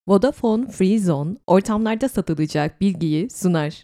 Vodafone Free Zone ortamlarda satılacak bilgiyi sunar.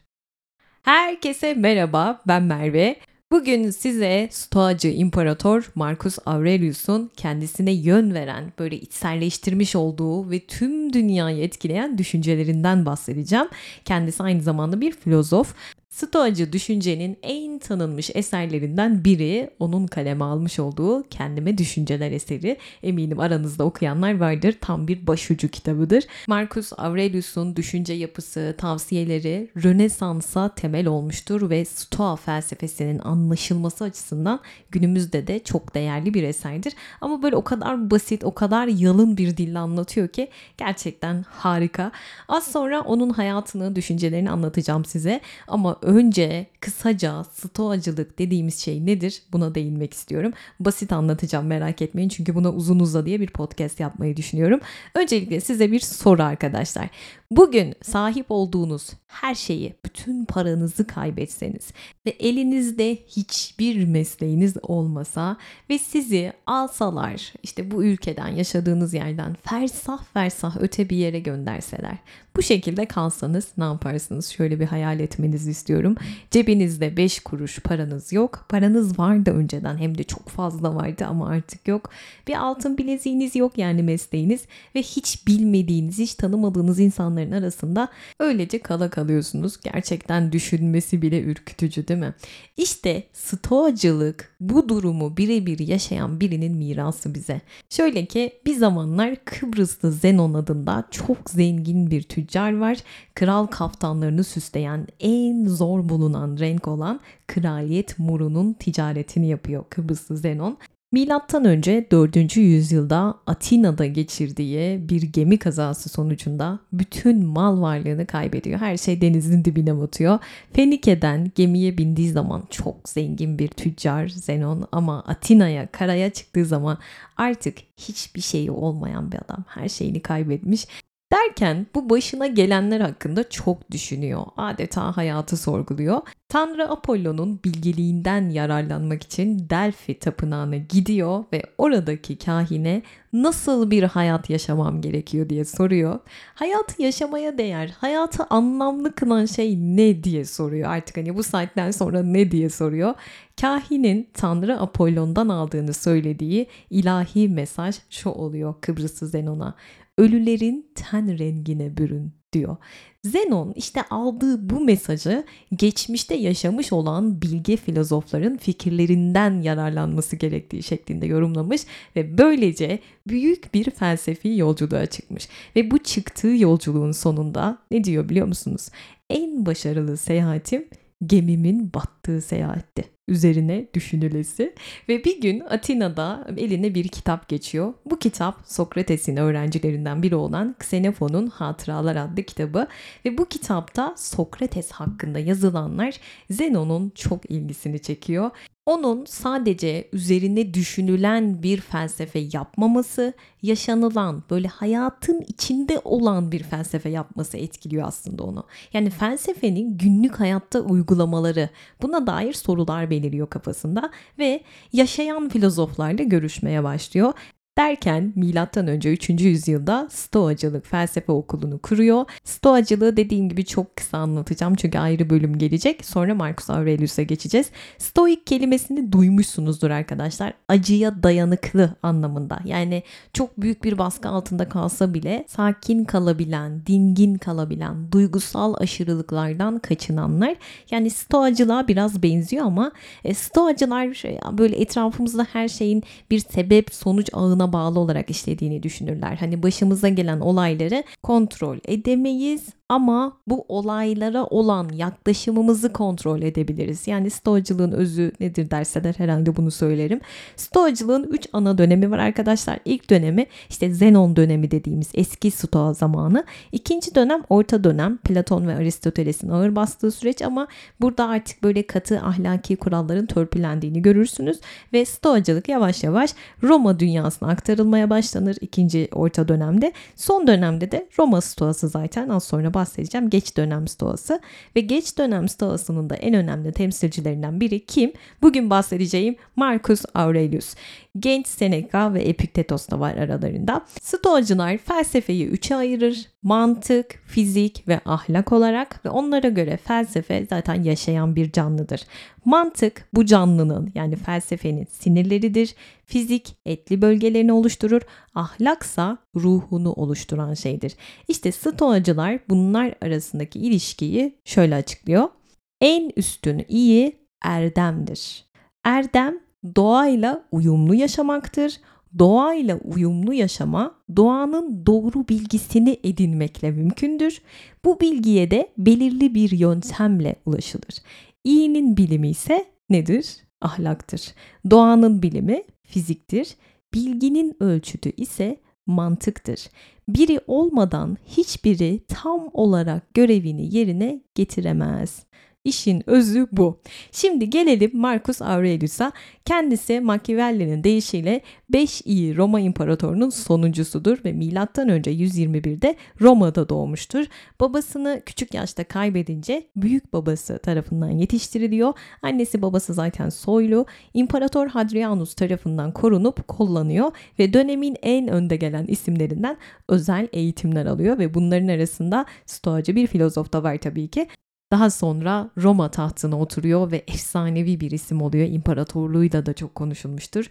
Herkese merhaba, ben Merve. Bugün size Stoacı İmparator Marcus Aurelius'un kendisine yön veren, böyle içselleştirmiş olduğu ve tüm dünyayı etkileyen düşüncelerinden bahsedeceğim. Kendisi aynı zamanda bir filozof. Stoacı düşüncenin en tanınmış eserlerinden biri onun kaleme almış olduğu Kendime Düşünceler eseri. Eminim aranızda okuyanlar vardır. Tam bir başucu kitabıdır. Marcus Aurelius'un düşünce yapısı, tavsiyeleri Rönesans'a temel olmuştur ve Stoa felsefesinin anlaşılması açısından günümüzde de çok değerli bir eserdir. Ama böyle o kadar basit, o kadar yalın bir dille anlatıyor ki gerçekten harika. Az sonra onun hayatını, düşüncelerini anlatacağım size. Ama önce kısaca stoacılık dediğimiz şey nedir? Buna değinmek istiyorum. Basit anlatacağım, merak etmeyin, çünkü buna uzun uzadıya bir podcast yapmayı düşünüyorum. Öncelikle size bir soru arkadaşlar. Bugün sahip olduğunuz her şeyi, bütün paranızı kaybetseniz ve elinizde hiçbir mesleğiniz olmasa ve sizi alsalar, işte bu ülkeden, yaşadığınız yerden fersah fersah öte bir yere gönderseler, bu şekilde kalsanız ne yaparsınız? Şöyle bir hayal etmenizi istiyorum. Cebinizde 5 kuruş paranız yok. Paranız vardı önceden, hem de çok fazla vardı ama artık yok. Bir altın bileziğiniz yok, yani mesleğiniz, ve hiç bilmediğiniz, hiç tanımadığınız insanların arasında öylece kala kalıyorsunuz. Gerçekten düşünmesi bile ürkütücü, değil mi? İşte stoacılık bu durumu birebir yaşayan birinin mirası bize. Şöyle ki bir zamanlar Kıbrıslı Zenon adında çok zengin bir tüccar var. Kral kaftanlarını süsleyen, en zor bulunan renk olan kraliyet murunun ticaretini yapıyor Kıbrıslı Zenon. Milattan önce 4. yüzyılda Atina'da geçirdiği bir gemi kazası sonucunda bütün mal varlığını kaybediyor. Her şey denizin dibine batıyor. Fenike'den gemiye bindiği zaman çok zengin bir tüccar Zenon, ama Atina'ya, karaya çıktığı zaman artık hiçbir şeyi olmayan bir adam. Her şeyini kaybetmiş. Derken bu başına gelenler hakkında çok düşünüyor. Adeta hayatı sorguluyor. Tanrı Apollon'un bilgeliğinden yararlanmak için Delphi tapınağına gidiyor ve oradaki kahine nasıl bir hayat yaşamam gerekiyor diye soruyor. Hayatı yaşamaya değer, hayatı anlamlı kılan şey ne diye soruyor. Artık hani bu saatten sonra ne diye soruyor. Kahinin Tanrı Apollon'dan aldığını söylediği ilahi mesaj şu oluyor Kıbrıslı Zenon'a: ölülerin ten rengine bürün diyor. Zenon işte aldığı bu mesajı geçmişte yaşamış olan bilge filozofların fikirlerinden yararlanması gerektiği şeklinde yorumlamış ve böylece büyük bir felsefi yolculuğa çıkmış. Ve bu çıktığı yolculuğun sonunda ne diyor biliyor musunuz? En başarılı seyahatim gemimin battığı seyahatti üzerine düşünülesi. Ve bir gün Atina'da eline bir kitap geçiyor. Bu kitap Sokrates'in öğrencilerinden biri olan Xenofon'un Hatıralar adlı kitabı ve bu kitapta Sokrates hakkında yazılanlar Zenon'un çok ilgisini çekiyor. Onun sadece üzerine düşünülen bir felsefe yapmaması, yaşanılan, böyle hayatın içinde olan bir felsefe yapması etkiliyor aslında onu. Yani felsefenin günlük hayatta uygulamaları, buna dair sorular beliriyor kafasında ve yaşayan filozoflarla görüşmeye başlıyor. Derken M.Ö. 3. yüzyılda Stoacılık felsefe okulunu kuruyor. Stoacılığı dediğim gibi çok kısa anlatacağım çünkü ayrı bölüm gelecek. Sonra Marcus Aurelius'a geçeceğiz. Stoik kelimesini duymuşsunuzdur arkadaşlar. Acıya dayanıklı anlamında. Yani çok büyük bir baskı altında kalsa bile sakin kalabilen, dingin kalabilen, duygusal aşırılıklardan kaçınanlar. Yani Stoacılığa biraz benziyor ama Stoacılar böyle etrafımızda her şeyin bir sebep sonuç ağına bağlı olarak işlediğini düşünürler. Hani başımıza gelen olayları kontrol edemeyiz ama bu olaylara olan yaklaşımımızı kontrol edebiliriz. Yani Stoacılığın özü nedir derseler herhalde bunu söylerim. Stoacılığın 3 ana dönemi var arkadaşlar. İlk dönemi işte Zenon dönemi dediğimiz eski Stoa zamanı. İkinci dönem orta dönem, Platon ve Aristoteles'in ağır bastığı süreç, ama burada artık böyle katı ahlaki kuralların törpülendiğini görürsünüz ve Stoacılık yavaş yavaş Roma dünyasına aktarılmaya başlanır ikinci orta dönemde. Son dönemde de Roma Stoası zaten az sonra bahsedeceğim. Geç dönem stoası ve geç dönem stoasının da en önemli temsilcilerinden biri kim? Bugün bahsedeceğim Marcus Aurelius. Genç Seneca ve Epiktetos da var aralarında. Stoacılar felsefeyi üçe ayırır. Mantık, fizik ve ahlak olarak ve onlara göre felsefe zaten yaşayan bir canlıdır. Mantık bu canlının yani felsefenin sinirleridir. Fizik etli bölgelerini oluşturur. Ahlaksa ruhunu oluşturan şeydir. İşte Stoacılar bunlar arasındaki ilişkiyi şöyle açıklıyor. En üstün iyi erdemdir. Erdem doğayla uyumlu yaşamaktır. Doğayla uyumlu yaşama, doğanın doğru bilgisini edinmekle mümkündür. Bu bilgiye de belirli bir yöntemle ulaşılır. İyinin bilimi ise nedir? Ahlaktır. Doğanın bilimi fiziktir. Bilginin ölçütü ise mantıktır. Biri olmadan hiçbiri tam olarak görevini yerine getiremez. İşin özü bu. Şimdi gelelim Marcus Aurelius'a. Kendisi Machiavelli'nin deyişiyle 5 iyi Roma İmparatorunun sonuncusudur ve M.Ö. 121'de Roma'da doğmuştur. Babasını küçük yaşta kaybedince büyük babası tarafından yetiştiriliyor. Annesi babası zaten soylu. İmparator Hadrianus tarafından korunup kollanıyor ve dönemin en önde gelen isimlerinden özel eğitimler alıyor ve bunların arasında Stoacı bir filozof da var tabii ki. Daha sonra Roma tahtına oturuyor ve efsanevi bir isim oluyor. İmparatorluğuyla da çok konuşulmuştur.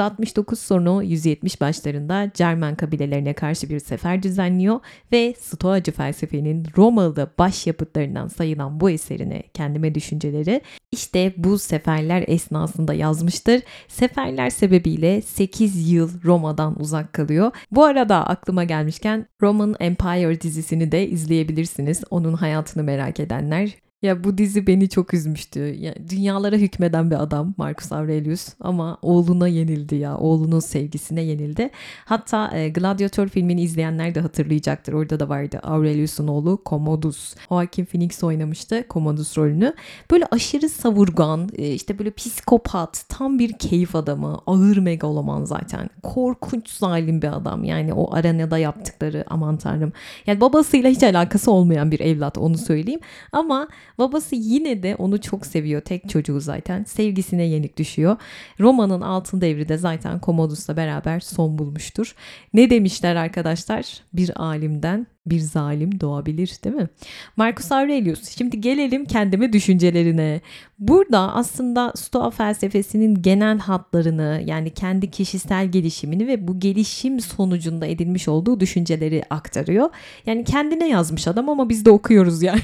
169 sonu 170 başlarında Cermen kabilelerine karşı bir sefer düzenliyor ve Stoacı felsefenin Romalı başyapıtlarından sayılan bu eserine Kendime Düşünceleri işte bu seferler esnasında yazmıştır. Seferler sebebiyle 8 yıl Roma'dan uzak kalıyor. Bu arada aklıma gelmişken Roman Empire dizisini de izleyebilirsiniz. Onun hayatını merak edenler. Ya bu dizi beni çok üzmüştü. Ya, dünyalara hükmeden bir adam Marcus Aurelius ama oğluna yenildi ya. Oğlunun sevgisine yenildi. Hatta Gladiator filmini izleyenler de hatırlayacaktır. Orada da vardı Aurelius'un oğlu Commodus. Joaquin Phoenix oynamıştı Commodus rolünü. Böyle aşırı savurgan, işte böyle psikopat, tam bir keyif adamı, ağır megaloman zaten. Korkunç zalim bir adam. Yani o arenada yaptıkları aman tanrım. Yani babasıyla hiç alakası olmayan bir evlat onu söyleyeyim. Ama babası yine de onu çok seviyor. Tek çocuğu zaten. Sevgisine yenik düşüyor. Roma'nın altın devri de zaten Commodus'la beraber son bulmuştur. Ne demişler arkadaşlar? Bir alimden bir zalim doğabilir değil mi? Marcus Aurelius. Şimdi gelelim Kendime Düşüncelerine. Burada aslında Stoa felsefesinin genel hatlarını yani kendi kişisel gelişimini ve bu gelişim sonucunda edinmiş olduğu düşünceleri aktarıyor. Yani kendine yazmış adam ama biz de okuyoruz yani.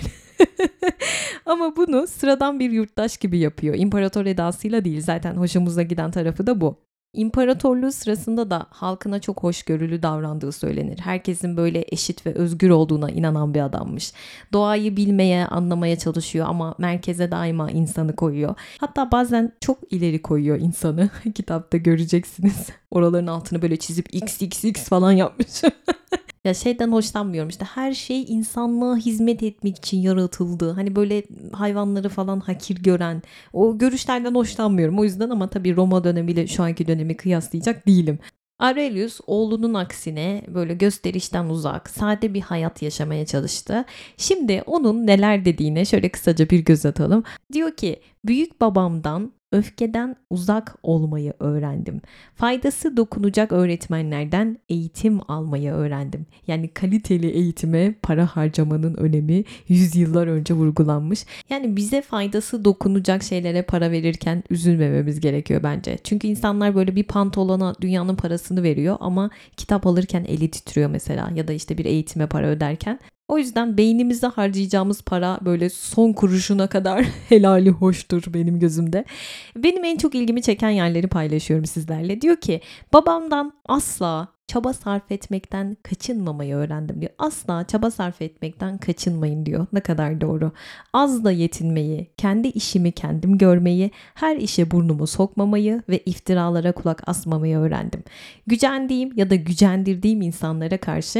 Ama bunu sıradan bir yurttaş gibi yapıyor. İmparator edasıyla değil, zaten hoşumuza giden tarafı da bu. İmparatorluğu sırasında da halkına çok hoşgörülü davrandığı söylenir. Herkesin böyle eşit ve özgür olduğuna inanan bir adammış. Doğayı bilmeye, anlamaya çalışıyor ama merkeze daima insanı koyuyor. Hatta bazen çok ileri koyuyor insanı. Kitapta göreceksiniz. Oraların altını böyle çizip XXX falan yapmış. Ya şeyden hoşlanmıyorum işte her şey insanlığa hizmet etmek için yaratıldı. Hani böyle hayvanları falan hakir gören o görüşlerden hoşlanmıyorum. O yüzden ama tabii Roma dönemiyle şu anki dönemi kıyaslayacak değilim. Aurelius oğlunun aksine böyle gösterişten uzak, sade bir hayat yaşamaya çalıştı. Şimdi onun neler dediğine şöyle kısaca bir göz atalım. Diyor ki büyük babamdan öfkeden uzak olmayı öğrendim. Faydası dokunacak öğretmenlerden eğitim almayı öğrendim. Yani kaliteli eğitime para harcamanın önemi yüzyıllar önce vurgulanmış. Yani bize faydası dokunacak şeylere para verirken üzülmememiz gerekiyor bence. Çünkü insanlar böyle bir pantolona dünyanın parasını veriyor ama kitap alırken eli titriyor mesela ya da işte bir eğitime para öderken. O yüzden beynimize harcayacağımız para böyle son kuruşuna kadar helali hoştur benim gözümde. Benim en çok ilgimi çeken yerleri paylaşıyorum sizlerle. Diyor ki babamdan asla çaba sarf etmekten kaçınmamayı öğrendim diyor. Asla çaba sarf etmekten kaçınmayın diyor. Ne kadar doğru. Azla yetinmeyi, kendi işimi kendim görmeyi, her işe burnumu sokmamayı ve iftiralara kulak asmamayı öğrendim. Gücendiğim ya da gücendirdiğim insanlara karşı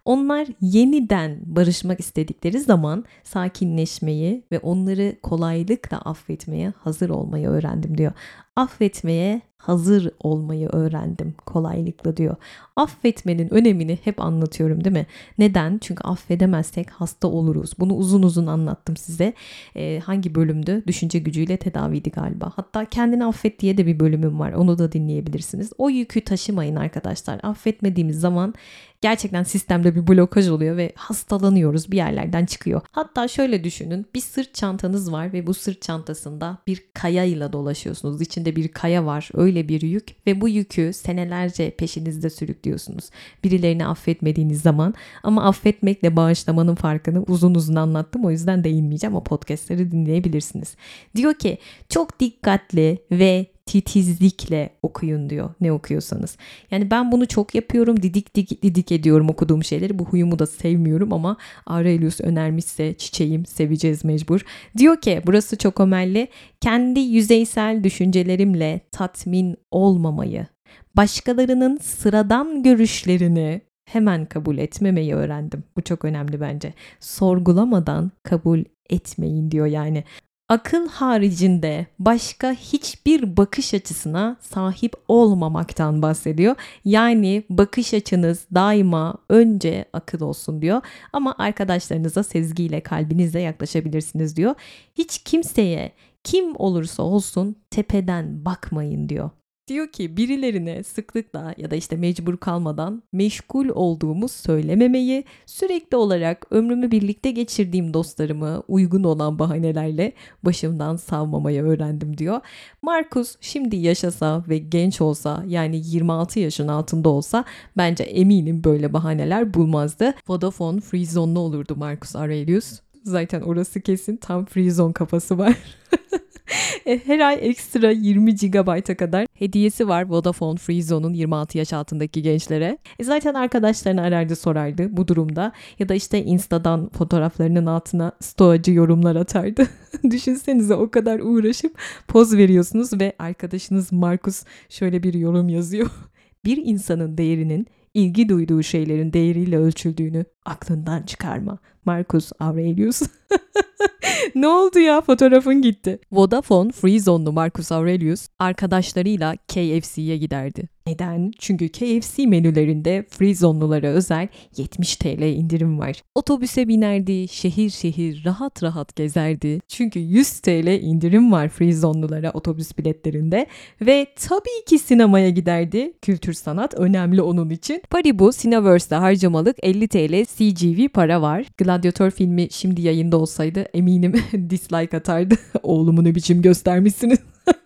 Onlar yeniden barışmak istedikleri zaman sakinleşmeyi ve onları kolaylıkla affetmeye hazır olmayı öğrendim diyor. Affetmeye hazır olmayı öğrendim kolaylıkla diyor. Affetmenin önemini hep anlatıyorum değil mi? Neden? Çünkü affedemezsek hasta oluruz. Bunu uzun uzun anlattım size. Hangi bölümdü? Düşünce gücüyle tedaviydi galiba. Hatta kendini affet diye de bir bölümüm var. Onu da dinleyebilirsiniz. O yükü taşımayın arkadaşlar. Affetmediğimiz zaman gerçekten sistemde bir blokaj oluyor ve hastalanıyoruz, bir yerlerden çıkıyor. Hatta şöyle düşünün, bir sırt çantanız var ve bu sırt çantasında bir kayayla dolaşıyorsunuz. İçinde bir kaya var, öyle bir yük ve bu yükü senelerce peşinizde sürüklüyorsunuz. Birilerini affetmediğiniz zaman, ama affetmekle bağışlamanın farkını uzun uzun anlattım, o yüzden değinmeyeceğim, o podcastleri dinleyebilirsiniz. Diyor ki çok dikkatli ve titizlikle okuyun diyor, ne okuyorsanız. Yani ben bunu çok yapıyorum, didik ediyorum okuduğum şeyleri. Bu huyumu da sevmiyorum ama Aurelius önermişse çiçeğim, seveceğiz mecbur. Diyor ki burası çok önemli, kendi yüzeysel düşüncelerimle tatmin olmamayı, başkalarının sıradan görüşlerini hemen kabul etmemeyi öğrendim. Bu çok önemli bence. Sorgulamadan kabul etmeyin diyor yani. Akıl haricinde başka hiçbir bakış açısına sahip olmamaktan bahsediyor. Yani bakış açınız daima önce akıl olsun diyor. Ama arkadaşlarınıza sezgiyle, kalbinizle yaklaşabilirsiniz diyor. Hiç kimseye, kim olursa olsun tepeden bakmayın diyor. Diyor ki birilerine sıklıkla ya da işte mecbur kalmadan meşgul olduğumu söylememeyi, sürekli olarak ömrümü birlikte geçirdiğim dostlarımı uygun olan bahanelerle başımdan savmamayı öğrendim diyor. Marcus şimdi yaşasa ve genç olsa, yani 26 yaşın altında olsa, bence eminim böyle bahaneler bulmazdı. Vodafone free zone'lu olurdu Marcus Aurelius. Zaten orası kesin, tam free zone kafası var. Her ay ekstra 20 GB'a kadar hediyesi var Vodafone Free Zone'un 26 yaş altındaki gençlere. Zaten arkadaşlarını arardı, sorardı bu durumda. Ya da işte Insta'dan fotoğraflarının altına stoacı yorumlar atardı. Düşünsenize, o kadar uğraşıp poz veriyorsunuz ve arkadaşınız Marcus şöyle bir yorum yazıyor. Bir insanın değerinin ilgi duyduğu şeylerin değeriyle ölçüldüğünü aklından çıkarma. Marcus Aurelius. Ne oldu ya? Fotoğrafın gitti. Vodafone Free Zone'lu Marcus Aurelius arkadaşlarıyla KFC'ye giderdi. Neden? Çünkü KFC menülerinde Free Zone'lulara özel 70 TL indirim var. Otobüse binerdi, şehir şehir rahat rahat gezerdi. Çünkü 100 TL indirim var Free Zone'lulara otobüs biletlerinde. Ve tabii ki sinemaya giderdi. Kültür sanat önemli onun için. Paribu Cineverse'de harcamalık 50 TL CGV para var. Gladiator filmi şimdi yayında olsaydı eminim dislike atardı. Oğlumu ne biçim göstermişsiniz.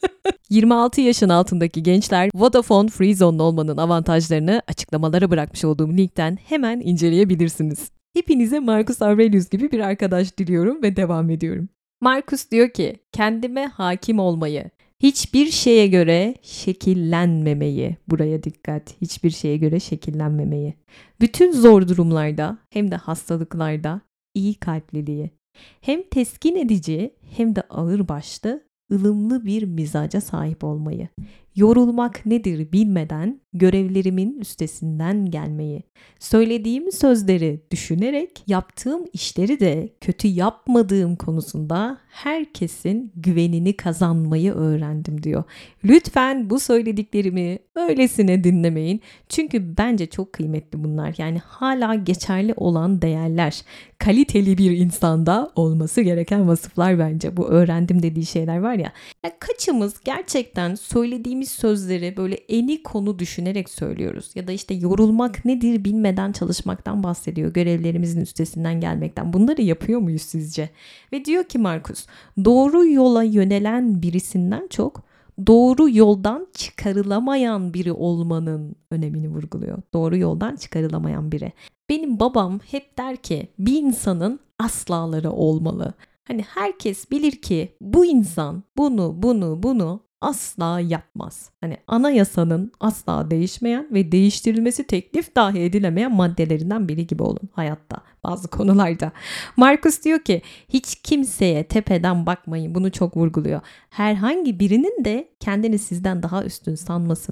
26 yaşın altındaki gençler Vodafone Free Zone olmanın avantajlarını açıklamalara bırakmış olduğum linkten hemen inceleyebilirsiniz. Hepinize Marcus Aurelius gibi bir arkadaş diliyorum ve devam ediyorum. Marcus diyor ki kendime hakim olmayı, hiçbir şeye göre şekillenmemeyi, buraya dikkat, hiçbir şeye göre şekillenmemeyi, bütün zor durumlarda hem de hastalıklarda iyi kalpliliği, hem teskin edici hem de ağırbaşlı, ılımlı bir mizaca sahip olmayı, yorulmak nedir bilmeden görevlerimin üstesinden gelmeyi, söylediğim sözleri düşünerek yaptığım işleri de kötü yapmadığım konusunda herkesin güvenini kazanmayı öğrendim diyor. Lütfen bu söylediklerimi öylesine dinlemeyin. Çünkü bence çok kıymetli bunlar. Yani hala geçerli olan değerler. Kaliteli bir insanda olması gereken vasıflar bence. Bu öğrendim dediği şeyler var ya. Kaçımız gerçekten söylediğimiz sözleri böyle eni konu düşünerek söylüyoruz. Ya da işte yorulmak nedir bilmeden çalışmaktan bahsediyor. Görevlerimizin üstesinden gelmekten. Bunları yapıyor muyuz sizce? Ve diyor ki Marcus, doğru yola yönelen birisinden çok doğru yoldan çıkarılamayan biri olmanın önemini vurguluyor. Doğru yoldan çıkarılamayan biri. Benim babam hep der ki bir insanın aslaları olmalı. Hani herkes bilir ki bu insan bunu asla yapmaz. Hani anayasanın asla değişmeyen ve değiştirilmesi teklif dahi edilemeyen maddelerinden biri gibi olun hayatta, bazı konularda. Marcus diyor ki hiç kimseye tepeden bakmayın. Bunu çok vurguluyor. Herhangi birinin de kendini sizden daha üstün sanmasını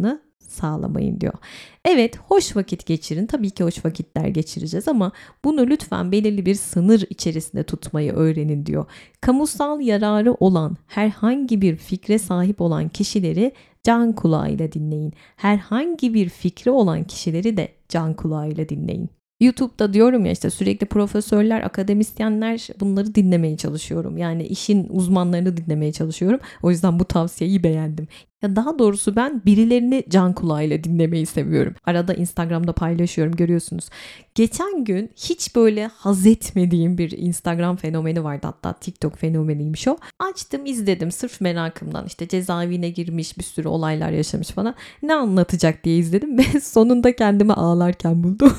sağlamayın diyor. Evet, hoş vakit geçirin. Tabii ki hoş vakitler geçireceğiz ama bunu lütfen belirli bir sınır içerisinde tutmayı öğrenin diyor. Kamusal yararı olan herhangi bir fikre sahip olan kişileri can kulağıyla dinleyin. Herhangi bir fikri olan kişileri de can kulağıyla dinleyin. YouTube'da diyorum ya işte sürekli profesörler, akademisyenler bunları dinlemeye çalışıyorum. Yani işin uzmanlarını dinlemeye çalışıyorum. O yüzden bu tavsiyeyi beğendim. Ya daha doğrusu ben birilerini can kulağıyla dinlemeyi seviyorum. Arada Instagram'da paylaşıyorum, görüyorsunuz. Geçen gün hiç böyle haz etmediğim bir Instagram fenomeni vardı, hatta TikTok fenomeniymiş o. Açtım izledim sırf merakımdan, işte cezaevine girmiş, bir sürü olaylar yaşamış falan. Ne anlatacak diye izledim ve sonunda kendimi ağlarken buldum.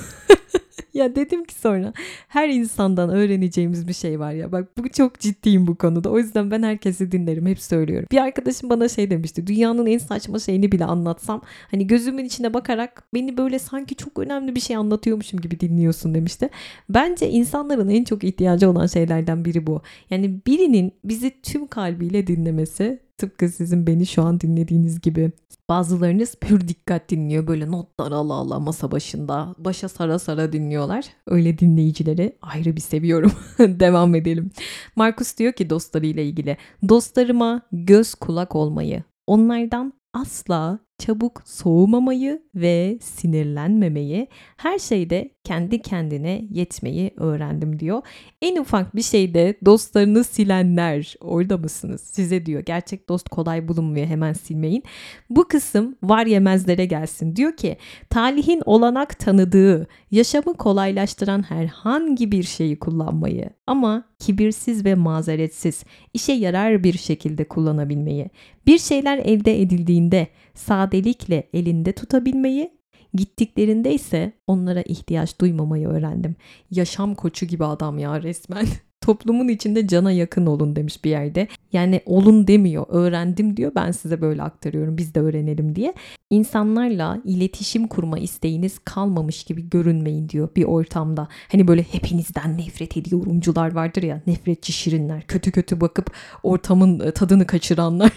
Ya dedim ki sonra her insandan öğreneceğimiz bir şey var ya. Bak bu çok ciddiyim bu konuda. O yüzden ben herkesi dinlerim. Hep söylüyorum. Bir arkadaşım bana şey demişti. Dünyanın en saçma şeyini bile anlatsam hani gözümün içine bakarak beni böyle sanki çok önemli bir şey anlatıyormuşum gibi dinliyorsun demişti. Bence insanların en çok ihtiyacı olan şeylerden biri bu. Yani birinin bizi tüm kalbiyle dinlemesi. Tıpkı sizin beni şu an dinlediğiniz gibi. Bazılarınız pür dikkat dinliyor. Böyle notlar ala ala masa başında. Başa sara sara dinliyorlar. Öyle dinleyicileri ayrı bir seviyorum. Devam edelim. Markus diyor ki dostlarıyla ilgili. Dostlarıma göz kulak olmayı, onlardan asla çabuk soğumamayı ve sinirlenmemeyi, her şeyde kendi kendine yetmeyi öğrendim diyor. En ufak bir şeyde dostlarını silenler, orada mısınız? Size diyor gerçek dost kolay bulunmuyor, hemen silmeyin. Bu kısım var yemezlere gelsin. Diyor ki talihin olanak tanıdığı, yaşamı kolaylaştıran herhangi bir şeyi kullanmayı ama kibirsiz ve mazeretsiz, işe yarar bir şekilde kullanabilmeyi, bir şeyler elde edildiğinde sadelikle elinde tutabilmeyi, gittiklerinde ise onlara ihtiyaç duymamayı öğrendim. Yaşam koçu gibi adam ya resmen. Toplumun içinde cana yakın olun demiş bir yerde. Yani olun demiyor, öğrendim diyor. Ben size böyle aktarıyorum, biz de öğrenelim diye. İnsanlarla iletişim kurma isteğiniz kalmamış gibi görünmeyin diyor bir ortamda. Hani böyle hepinizden nefret ediyorumcular vardır ya, nefretçi şirinler, kötü kötü bakıp ortamın tadını kaçıranlar.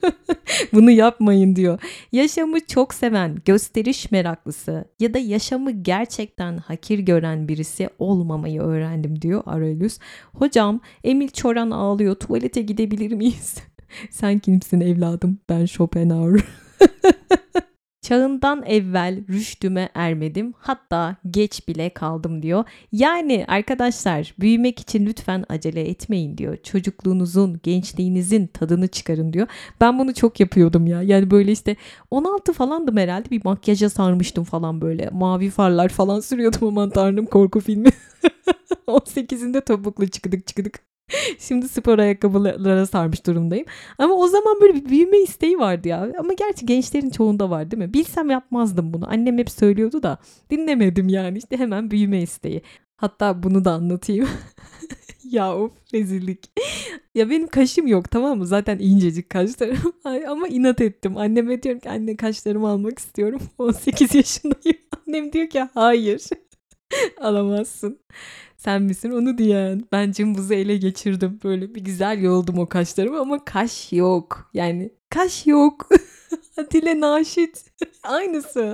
Bunu yapmayın diyor. Yaşamı çok seven, gösteriş meraklısı ya da yaşamı gerçekten hakir gören birisi olmamayı öğrendim diyor Aurelius. Hocam Emil Çoran ağlıyor, tuvalete gidebilir miyiz? Sen kimsin evladım? Ben Schopenhauer. Çağından evvel rüştüme ermedim, hatta geç bile kaldım diyor. Yani arkadaşlar büyümek için lütfen acele etmeyin diyor. Çocukluğunuzun, gençliğinizin tadını çıkarın diyor. Ben bunu çok yapıyordum ya. Yani böyle işte 16 falandım herhalde, bir makyaja sarmıştım falan böyle. Mavi farlar falan sürüyordum, aman tanrım, korku filmi. 18'inde topuklu çıkıdık. Şimdi spor ayakkabılara sarmış durumdayım. Ama o zaman böyle bir büyüme isteği vardı ya. Ama gerçi gençlerin çoğunda var değil mi? Bilsem yapmazdım bunu. Annem hep söylüyordu da dinlemedim yani. İşte hemen büyüme isteği. Hatta bunu da anlatayım. Ya of, rezillik. Ya benim kaşım yok, tamam mı? Zaten incecik kaşlarım. Ama inat ettim. Anneme diyorum ki anne kaşlarımı almak istiyorum. 18 yaşındayım. Annem diyor ki hayır. Alamazsın. Sen misin onu diyen? Ben cımbızı ele geçirdim. Böyle bir güzel yoldum o kaşlarımı ama kaş yok. Yani kaş yok. Atilla Naşit. Aynısı.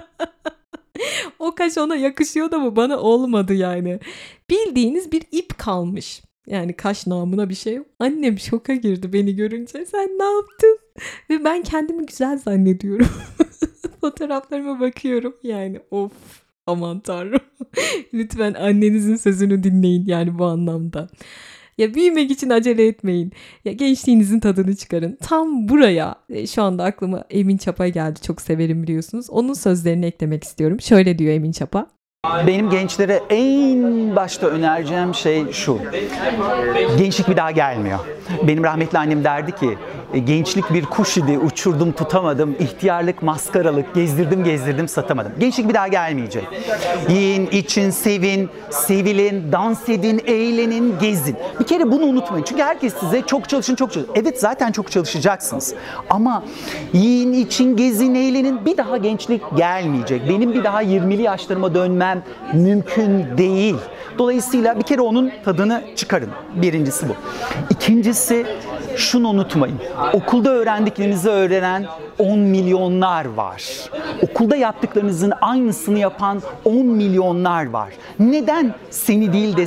O kaş ona yakışıyor da mı bana olmadı yani. Bildiğiniz bir ip kalmış. Yani kaş namına bir şey yok. Annem şoka girdi beni görünce. Sen ne yaptın? Ve ben kendimi güzel zannediyorum. Fotoğraflarıma bakıyorum. Yani of. Aman tanrım. Lütfen annenizin sözünü dinleyin yani bu anlamda. Ya büyümek için acele etmeyin. Ya gençliğinizin tadını çıkarın. Tam buraya şu anda aklıma Emin Çapa geldi. Çok severim biliyorsunuz. Onun sözlerini eklemek istiyorum. Şöyle diyor Emin Çapa. Benim gençlere en başta önereceğim şey şu. Gençlik bir daha gelmiyor. Benim rahmetli annem derdi ki gençlik bir kuş idi, uçurdum tutamadım, ihtiyarlık maskaralık, gezdirdim satamadım. Gençlik bir daha gelmeyecek. Yiyin, için, sevin, sevilin, dans edin, eğlenin, gezin. Bir kere bunu unutmayın. Çünkü herkes size çok çalışın. Evet zaten çok çalışacaksınız. Ama yiyin, için, gezin, eğlenin, bir daha gençlik gelmeyecek. Benim bir daha 20'li yaşlarıma dönmem mümkün değil. Dolayısıyla bir kere onun tadını çıkarın. Birincisi bu. İkincisi, şunu unutmayın. Okulda öğrendiklerinizi öğrenen 10 milyonlar var. Okulda yaptıklarınızın aynısını yapan 10 milyonlar var. Neden seni değil de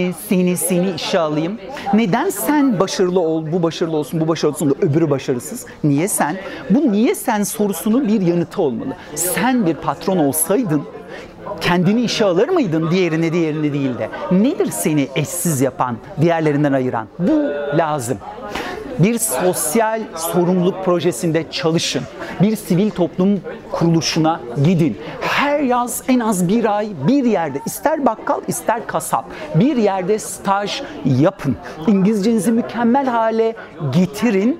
seni işe alayım? Neden sen başarılı ol, bu başarılı olsun, bu başarılı olsun da öbürü başarısız? Niye sen? Bu niye sen sorusunun bir yanıtı olmalı. Sen bir patron olsaydın kendini işe alır mıydın diğerini değil de? Nedir seni eşsiz yapan, diğerlerinden ayıran? Bu lazım. Bir sosyal sorumluluk projesinde çalışın. Bir sivil toplum kuruluşuna gidin. Her yaz en az bir ay bir yerde, ister bakkal ister kasap, bir yerde staj yapın. İngilizcenizi mükemmel hale getirin.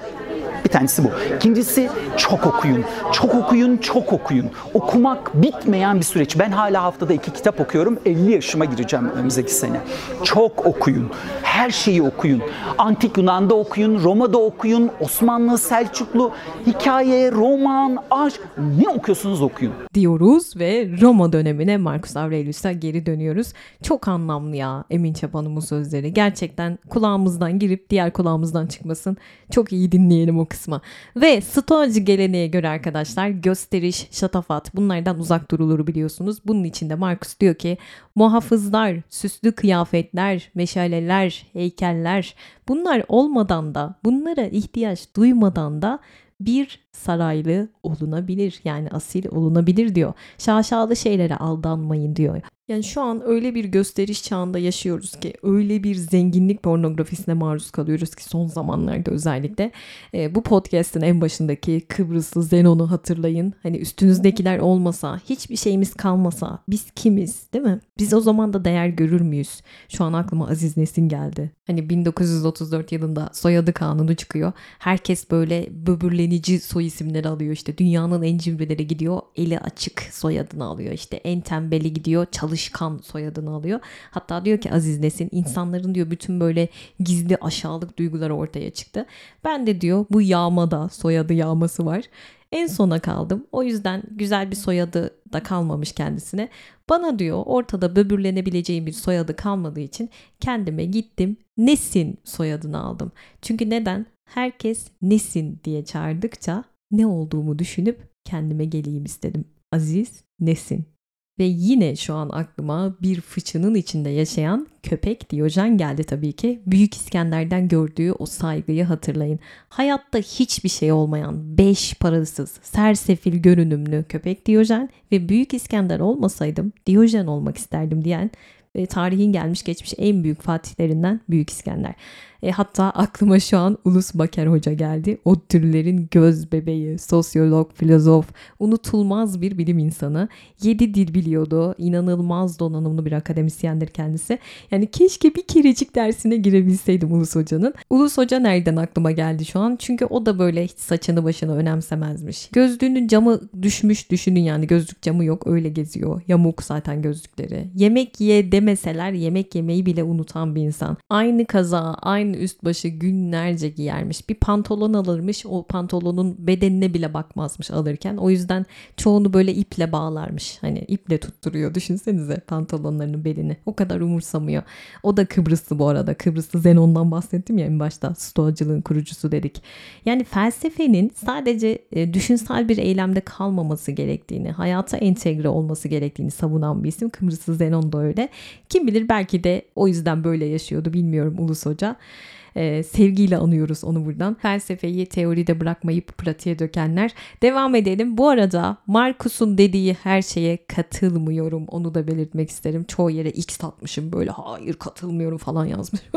Bir tanesi bu. İkincisi, çok okuyun. Çok okuyun, çok okuyun. Okumak bitmeyen bir süreç. Ben hala haftada 2 kitap okuyorum. 50 yaşıma gireceğim önümüzdeki sene. Çok okuyun. Her şeyi okuyun. Antik Yunan'da okuyun, Roma'da okuyun, Osmanlı, Selçuklu, hikaye, roman, aşk. Ne okuyorsunuz okuyun. Diyoruz ve Roma dönemine Marcus Aurelius'a geri dönüyoruz. Çok anlamlı ya Emin Çapa'nın bu sözleri. Gerçekten kulağımızdan girip diğer kulağımızdan çıkmasın. Çok iyi dinleyelim o kısmı. Ve Stoacı geleneğe göre arkadaşlar gösteriş, şatafat bunlardan uzak durulur biliyorsunuz. Bunun için de Marcus diyor ki muhafızlar, süslü kıyafetler, meşaleler, heykeller bunlar olmadan da bunlara ihtiyaç duymadan da bir saraylı olunabilir, yani asil olunabilir diyor. Şaşalı şeylere aldanmayın diyor. Yani şu an öyle bir gösteriş çağında yaşıyoruz ki, öyle bir zenginlik pornografisine maruz kalıyoruz ki son zamanlarda özellikle. Bu podcast'ın en başındaki Kıbrıslı Zenon'u hatırlayın. Hani üstünüzdekiler olmasa, hiçbir şeyimiz kalmasa biz kimiz, değil mi? Biz o zaman da değer görür müyüz? Şu an aklıma Aziz Nesin geldi. Hani 1934 yılında soyadı kanunu çıkıyor. Herkes böyle böbürlenici soy isimleri alıyor. İşte dünyanın en cimrileri gidiyor eli açık soyadını alıyor. İşte en tembeli gidiyor çalışkan soyadını alıyor. Hatta diyor ki Aziz Nesin, insanların diyor bütün böyle gizli aşağılık duyguları ortaya çıktı. Ben de diyor bu yağmada, soyadı yağması var. En sona kaldım. O yüzden güzel bir soyadı da kalmamış kendisine. Bana diyor ortada böbürlenebileceğim bir soyadı kalmadığı için kendime gittim Nesin soyadını aldım. Çünkü neden? Herkes Nesin diye çağırdıkça ne olduğumu düşünüp kendime geleyim istedim. Aziz Nesin. Ve yine şu an aklıma bir fıçının içinde yaşayan köpek Diyojen geldi tabii ki. Büyük İskender'den gördüğü o saygıyı hatırlayın. Hayatta hiçbir şey olmayan, 5 parasız, sersefil görünümlü köpek Diyojen ve Büyük İskender olmasaydım Diyojen olmak isterdim diyen tarihin gelmiş geçmiş en büyük fatihlerinden Büyük İskender. Hatta aklıma şu an Ulus Baker Hoca geldi. O türlerin göz bebeği, sosyolog, filozof, unutulmaz bir bilim insanı. 7 dil biliyordu. İnanılmaz donanımlı bir akademisyendir kendisi. Yani keşke bir kerecik dersine girebilseydim Ulus Hoca'nın. Ulus Hoca nereden aklıma geldi şu an? Çünkü o da böyle hiç saçını başını önemsemezmiş. Gözlüğünün camı düşmüş, düşünün yani gözlük camı yok, öyle geziyor. Yamuk zaten gözlükleri. Yemek ye demeseler yemek yemeyi bile unutan bir insan. Aynı kaza, aynı üst başı günlerce giyermiş. Bir pantolon alırmış, o pantolonun bedenine bile bakmazmış alırken. O yüzden çoğunu böyle iple bağlarmış. Hani iple tutturuyor. Düşünsenize pantolonlarının belini. O kadar umursamıyor. O da Kıbrıslı bu arada. Kıbrıslı Zenon'dan bahsettim ya en başta. Stoacılığın kurucusu dedik. Yani felsefenin sadece düşünsel bir eylemde kalmaması gerektiğini, hayata entegre olması gerektiğini savunan bir isim. Kıbrıslı Zenon da öyle. Kim bilir belki de o yüzden böyle yaşıyordu, bilmiyorum Ulus Hoca. Sevgiyle anıyoruz onu buradan. Felsefeyi teoride bırakmayıp pratiğe dökenler. Devam edelim. Bu arada Marcus'un dediği her şeye katılmıyorum. Onu da belirtmek isterim. Çoğu yere X atmışım böyle, hayır katılmıyorum falan yazmışım.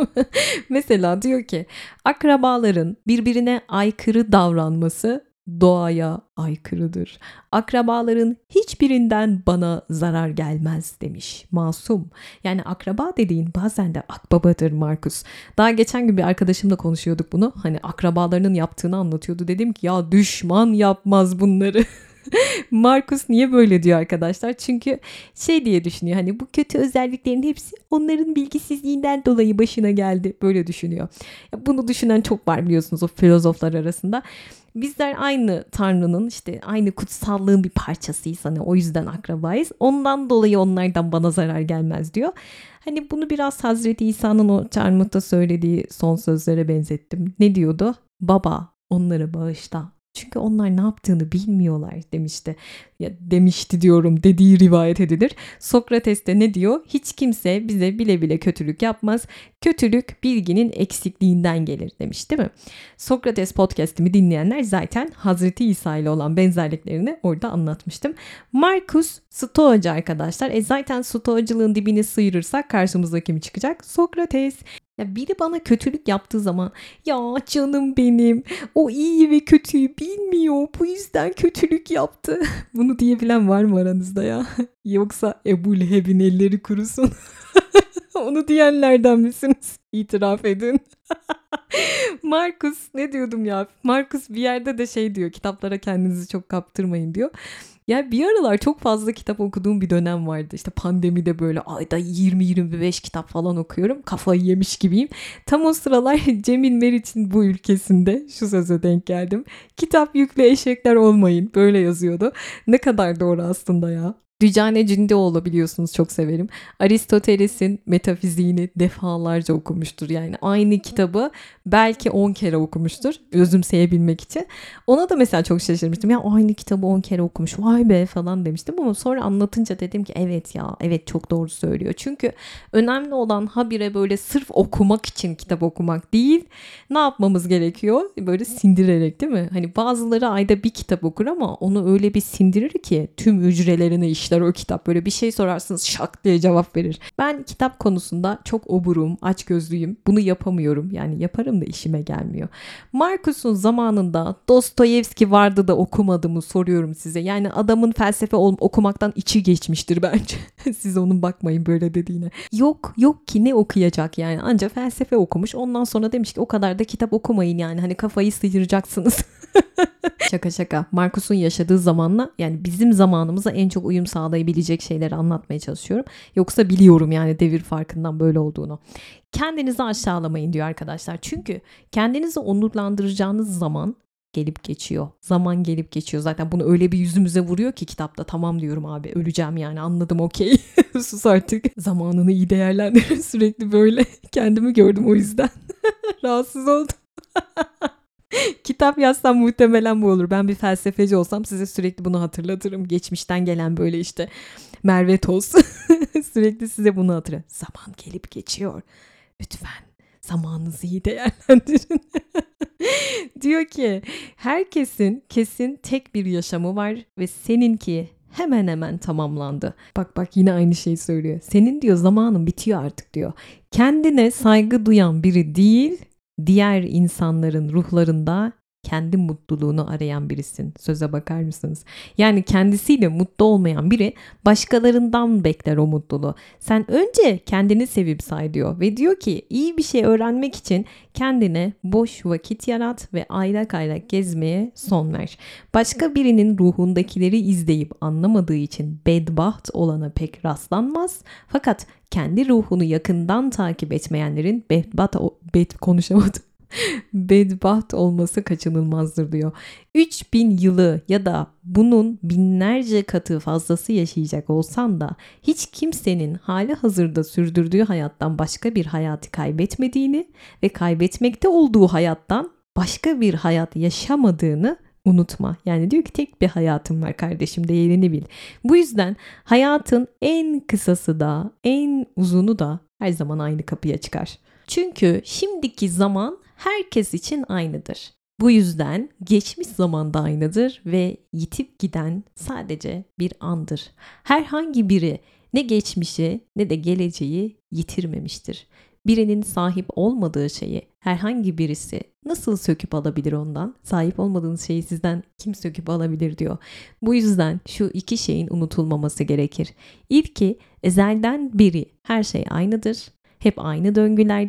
Mesela diyor ki akrabaların birbirine aykırı davranması doğaya aykırıdır. Akrabaların hiçbirinden bana zarar gelmez demiş. Masum. Yani akraba dediğin bazen de akbabadır Marcus. Daha geçen gün bir arkadaşımla konuşuyorduk bunu. Hani akrabalarının yaptığını anlatıyordu. Dedim ki ya düşman yapmaz bunları. Markus niye böyle diyor arkadaşlar? Çünkü şey diye düşünüyor, hani bu kötü özelliklerin hepsi onların bilgisizliğinden dolayı başına geldi. Böyle düşünüyor. Ya bunu düşünen çok var biliyorsunuz o filozoflar arasında. Bizler aynı Tanrı'nın, işte aynı kutsallığın bir parçasıyız, hani o yüzden akrabayız. Ondan dolayı onlardan bana zarar gelmez diyor. Hani bunu biraz Hazreti İsa'nın o çarmıhta söylediği son sözlere benzettim. Ne diyordu? Baba, onları bağışla. Çünkü onlar ne yaptığını bilmiyorlar demişti. Ya demişti diyorum, dediği rivayet edilir. Sokrates de ne diyor? Hiç kimse bize bile bile kötülük yapmaz. Kötülük bilginin eksikliğinden gelir demiş, değil mi? Sokrates podcast'imi dinleyenler zaten Hazreti İsa ile olan benzerliklerini orada anlatmıştım. Markus Stoacı arkadaşlar. Zaten Stoacılığın dibini sıyırırsak karşımıza kim çıkacak? Sokrates. Ya biri bana kötülük yaptığı zaman, ya canım benim, o iyi ve kötüyü bilmiyor, bu yüzden kötülük yaptı. Bunu diyebilen var mı aranızda ya? Yoksa Ebu Leheb'in elleri kurusun. Onu diyenlerden misiniz? İtiraf edin. Markus, ne diyordum ya? Markus bir yerde de şey diyor, kitaplara kendinizi çok kaptırmayın diyor. Ya bir aralar çok fazla kitap okuduğum bir dönem vardı. İşte pandemide böyle ayda 20-25 kitap falan okuyorum. Kafayı yemiş gibiyim. Tam o sıralar Cemil Meriç'in Bu Ülkesinde şu söze denk geldim. Kitap yüklü eşekler olmayın. Böyle yazıyordu. Ne kadar doğru aslında ya. Dücane Cündeoğlu biliyorsunuz, çok severim. Aristoteles'in metafiziğini defalarca okumuştur. Yani aynı kitabı belki 10 kere okumuştur özümseyebilmek için. Ona da mesela çok şaşırmıştım. Ya aynı kitabı 10 kere okumuş, vay be falan demiştim. Ama sonra anlatınca dedim ki evet ya, evet çok doğru söylüyor. Çünkü önemli olan habire böyle sırf okumak için kitap okumak değil. Ne yapmamız gerekiyor? Böyle sindirerek, değil mi? Hani bazıları ayda bir kitap okur ama onu öyle bir sindirir ki tüm hücrelerine işler o kitap. Böyle bir şey sorarsınız şak diye cevap verir. Ben kitap konusunda çok oburum, açgözlüyüm. Bunu yapamıyorum. Yani yaparım da işime gelmiyor. Markus'un zamanında Dostoyevski vardı da okumadığımı soruyorum size. Yani adamın felsefe okumaktan içi geçmiştir bence. Siz onun bakmayın böyle dediğine. Yok ki ne okuyacak yani. Anca felsefe okumuş. Ondan sonra demiş ki o kadar da kitap okumayın yani. Hani kafayı sıyıracaksınız. Şaka. Markus'un yaşadığı zamanla, yani bizim zamanımıza en çok uyum sağlayabilecek şeyleri anlatmaya çalışıyorum. Yoksa biliyorum yani devir farkından böyle olduğunu. Kendinizi aşağılamayın diyor arkadaşlar. Çünkü kendinizi onurlandıracağınız zaman gelip geçiyor. Zaman gelip geçiyor. Zaten bunu öyle bir yüzümüze vuruyor ki kitapta. Tamam diyorum abi, öleceğim yani, anladım, okey. Sus artık. Zamanını iyi değerlendir. Sürekli böyle kendimi gördüm o yüzden. Rahatsız oldum. Kitap yazsam muhtemelen bu olur. Ben bir felsefeci olsam size sürekli bunu hatırlatırım. Geçmişten gelen böyle işte Merve Toz. Sürekli size bunu hatırlatırım. Zaman gelip geçiyor. Lütfen zamanınızı iyi değerlendirin. Diyor ki herkesin kesin tek bir yaşamı var ve seninki hemen hemen tamamlandı. Bak yine aynı şeyi söylüyor. Senin diyor zamanın bitiyor artık diyor. Kendine saygı duyan biri değil, diğer insanların ruhlarında kendi mutluluğunu arayan birisin. Söze bakar mısınız? Yani kendisiyle mutlu olmayan biri başkalarından bekler o mutluluğu. Sen önce kendini sevip say diyor ve diyor ki iyi bir şey öğrenmek için kendine boş vakit yarat ve aylak gezmeye son ver. Başka birinin ruhundakileri izleyip anlamadığı için bedbaht olana pek rastlanmaz. Fakat kendi ruhunu yakından takip etmeyenlerin bedbaht olması kaçınılmazdır diyor. 3000 yılı ya da bunun binlerce katı fazlası yaşayacak olsan da hiç kimsenin hali hazırda sürdürdüğü hayattan başka bir hayatı kaybetmediğini ve kaybetmekte olduğu hayattan başka bir hayat yaşamadığını unutma. Yani diyor ki tek bir hayatım var kardeşim, değerini bil. Bu yüzden hayatın en kısası da en uzunu da her zaman aynı kapıya çıkar. Çünkü şimdiki zaman herkes için aynıdır. Bu yüzden geçmiş zaman da aynıdır ve yitip giden sadece bir andır. Herhangi biri ne geçmişi ne de geleceği yitirmemiştir. Birinin sahip olmadığı şeyi herhangi birisi nasıl söküp alabilir ondan? Sahip olmadığınız şeyi sizden kim söküp alabilir diyor. Bu yüzden şu iki şeyin unutulmaması gerekir. İlki ezelden beri her şey aynıdır. Hep aynı döngülerdir.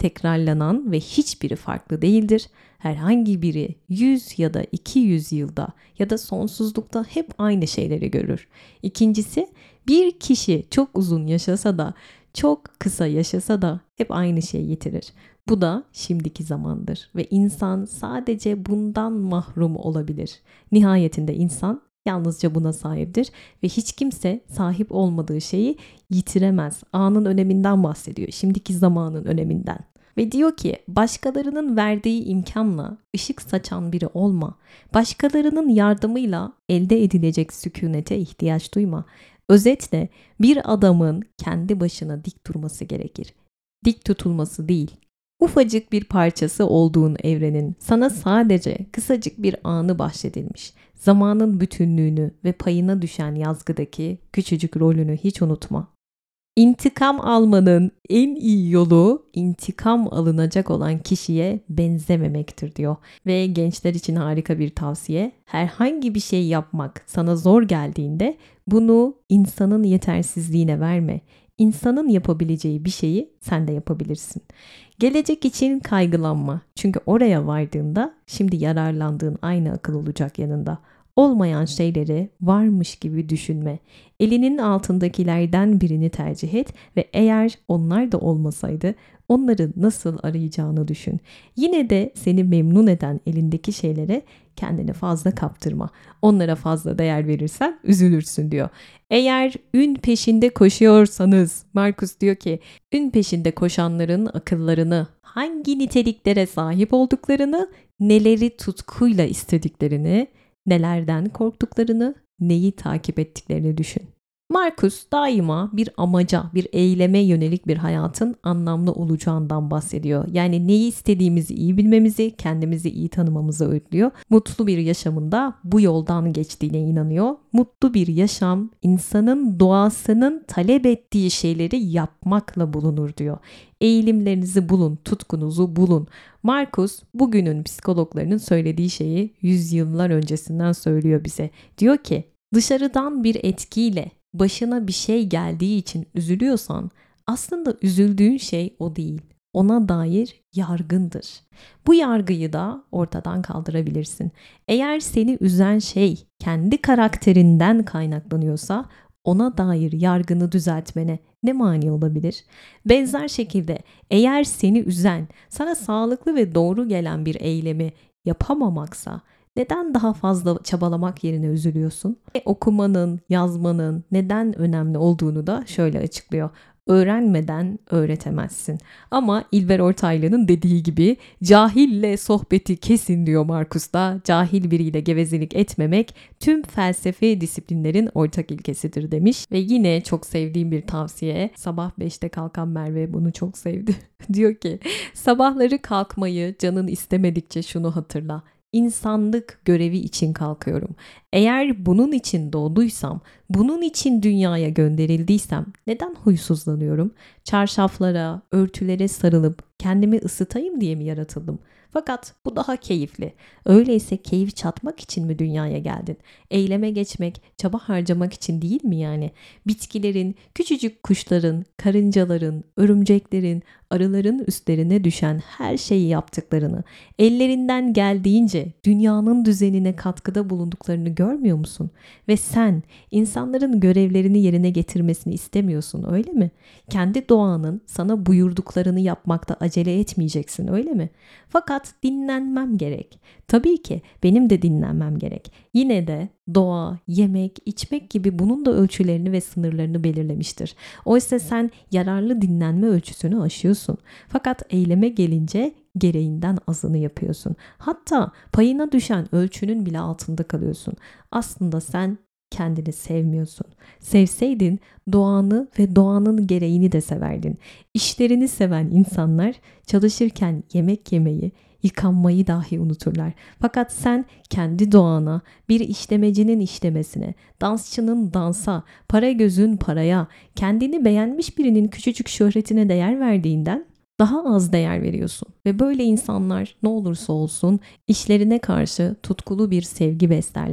tekrarlanan ve hiçbiri farklı değildir. Herhangi biri 100 ya da 200 yılda ya da sonsuzlukta hep aynı şeyleri görür. İkincisi, bir kişi çok uzun yaşasa da çok kısa yaşasa da hep aynı şeyi yitirir. Bu da şimdiki zamandır ve insan sadece bundan mahrum olabilir. Nihayetinde insan yalnızca buna sahiptir ve hiç kimse sahip olmadığı şeyi yitiremez. Anın öneminden bahsediyor, şimdiki zamanın öneminden. Ve diyor ki başkalarının verdiği imkanla ışık saçan biri olma. Başkalarının yardımıyla elde edilecek sükunete ihtiyaç duyma. Özetle bir adamın kendi başına dik durması gerekir. Dik tutulması değil. Ufacık bir parçası olduğun evrenin sana sadece kısacık bir anı bahşedilmiş. Zamanın bütünlüğünü ve payına düşen yazgıdaki küçücük rolünü hiç unutma. İntikam almanın en iyi yolu intikam alınacak olan kişiye benzememektir diyor. Ve gençler için harika bir tavsiye. Herhangi bir şey yapmak sana zor geldiğinde bunu insanın yetersizliğine verme. İnsanın yapabileceği bir şeyi sen de yapabilirsin. Gelecek için kaygılanma. Çünkü oraya vardığında şimdi yararlandığın aynı akıl olacak yanında. Olmayan şeyleri varmış gibi düşünme. Elinin altındakilerden birini tercih et ve eğer onlar da olmasaydı onları nasıl arayacağını düşün. Yine de seni memnun eden elindeki şeylere kendini fazla kaptırma. Onlara fazla değer verirsen üzülürsün diyor. Eğer ün peşinde koşuyorsanız, Marcus diyor ki, ün peşinde koşanların akıllarını, hangi niteliklere sahip olduklarını, neleri tutkuyla istediklerini, nelerden korktuklarını, neyi takip ettiklerini düşün. Marcus daima bir amaca, bir eyleme yönelik bir hayatın anlamlı olacağından bahsediyor. Yani neyi istediğimizi iyi bilmemizi, kendimizi iyi tanımamızı öğütlüyor. Mutlu bir yaşamında bu yoldan geçtiğine inanıyor. Mutlu bir yaşam insanın doğasının talep ettiği şeyleri yapmakla bulunur diyor. Eğilimlerinizi bulun, tutkunuzu bulun. Marcus bugünün psikologlarının söylediği şeyi yüzyıllar öncesinden söylüyor bize. Diyor ki dışarıdan bir etkiyle başına bir şey geldiği için üzülüyorsan aslında üzüldüğün şey o değil. Ona dair yargındır. Bu yargıyı da ortadan kaldırabilirsin. Eğer seni üzen şey kendi karakterinden kaynaklanıyorsa ona dair yargını düzeltmene ne mani olabilir? Benzer şekilde eğer seni üzen, sana sağlıklı ve doğru gelen bir eylemi yapamamaksa neden daha fazla çabalamak yerine üzülüyorsun? Okumanın, yazmanın neden önemli olduğunu da şöyle açıklıyor. Öğrenmeden öğretemezsin. Ama İlber Ortaylı'nın dediği gibi cahille sohbeti kesin diyor Marcus da. Cahil biriyle gevezelik etmemek tüm felsefi disiplinlerin ortak ilkesidir demiş. Ve yine çok sevdiğim bir tavsiye. Sabah 5'te kalkan Merve bunu çok sevdi. Diyor ki sabahları kalkmayı canın istemedikçe şunu hatırla. İnsanlık görevi için kalkıyorum. Eğer bunun için doğduysam, bunun için dünyaya gönderildiysem neden huysuzlanıyorum? Çarşaflara, örtülere sarılıp kendimi ısıtayım diye mi yaratıldım? Fakat bu daha keyifli. Öyleyse keyif çatmak için mi dünyaya geldin? Eyleme geçmek, çaba harcamak için değil mi yani? Bitkilerin, küçücük kuşların, karıncaların, örümceklerin, arıların üstlerine düşen her şeyi yaptıklarını, ellerinden geldiğince dünyanın düzenine katkıda bulunduklarını görmüyor musun? Ve sen insanların görevlerini yerine getirmesini istemiyorsun, öyle mi? Kendi doğanın sana buyurduklarını yapmakta acele etmeyeceksin, öyle mi? Fakat dinlenmem gerek. Tabii ki benim de dinlenmem gerek. Yine de doğa, yemek, içmek gibi bunun da ölçülerini ve sınırlarını belirlemiştir. Oysa sen yararlı dinlenme ölçüsünü aşıyorsun. Fakat eyleme gelince gereğinden azını yapıyorsun. Hatta payına düşen ölçünün bile altında kalıyorsun. Aslında sen kendini sevmiyorsun. Sevseydin doğanı ve doğanın gereğini de severdin. İşlerini seven insanlar çalışırken yemek yemeyi, yıkanmayı dahi unuturlar. Fakat sen kendi doğana, bir işlemecinin işlemesine, dansçının dansa, para gözün paraya, kendini beğenmiş birinin küçücük şöhretine değer verdiğinden daha az değer veriyorsun. Ve böyle insanlar ne olursa olsun işlerine karşı tutkulu bir sevgi beslerler.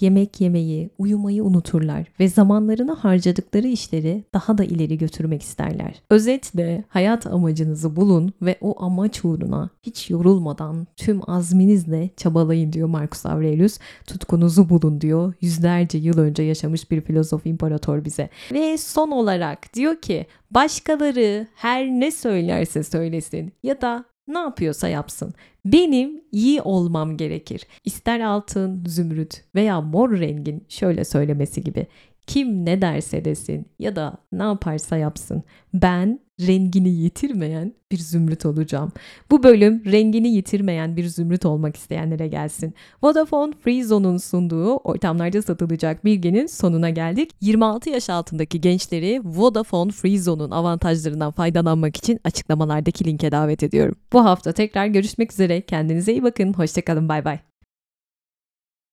yemek yemeyi, uyumayı unuturlar ve zamanlarını harcadıkları işleri daha da ileri götürmek isterler. Özetle hayat amacınızı bulun ve o amaç uğruna hiç yorulmadan tüm azminizle çabalayın diyor Marcus Aurelius. Tutkunuzu bulun diyor. Yüzlerce yıl önce yaşamış bir filozof imparator bize. Ve son olarak diyor ki başkaları her ne söylerse söylesin ya da ne yapıyorsa yapsın. Benim iyi olmam gerekir. İster altın, zümrüt veya mor rengin şöyle söylemesi gibi. Kim ne derse desin ya da ne yaparsa yapsın. Ben rengini yitirmeyen bir zümrüt olacağım. Bu bölüm rengini yitirmeyen bir zümrüt olmak isteyenlere gelsin. Vodafone Free Zone'un sunduğu ortamlarda satılacak bilginin sonuna geldik. 26 yaş altındaki gençleri Vodafone Free Zone'un avantajlarından faydalanmak için açıklamalardaki linke davet ediyorum. Bu hafta tekrar görüşmek üzere. Kendinize iyi bakın. Hoşçakalın. Bay bay.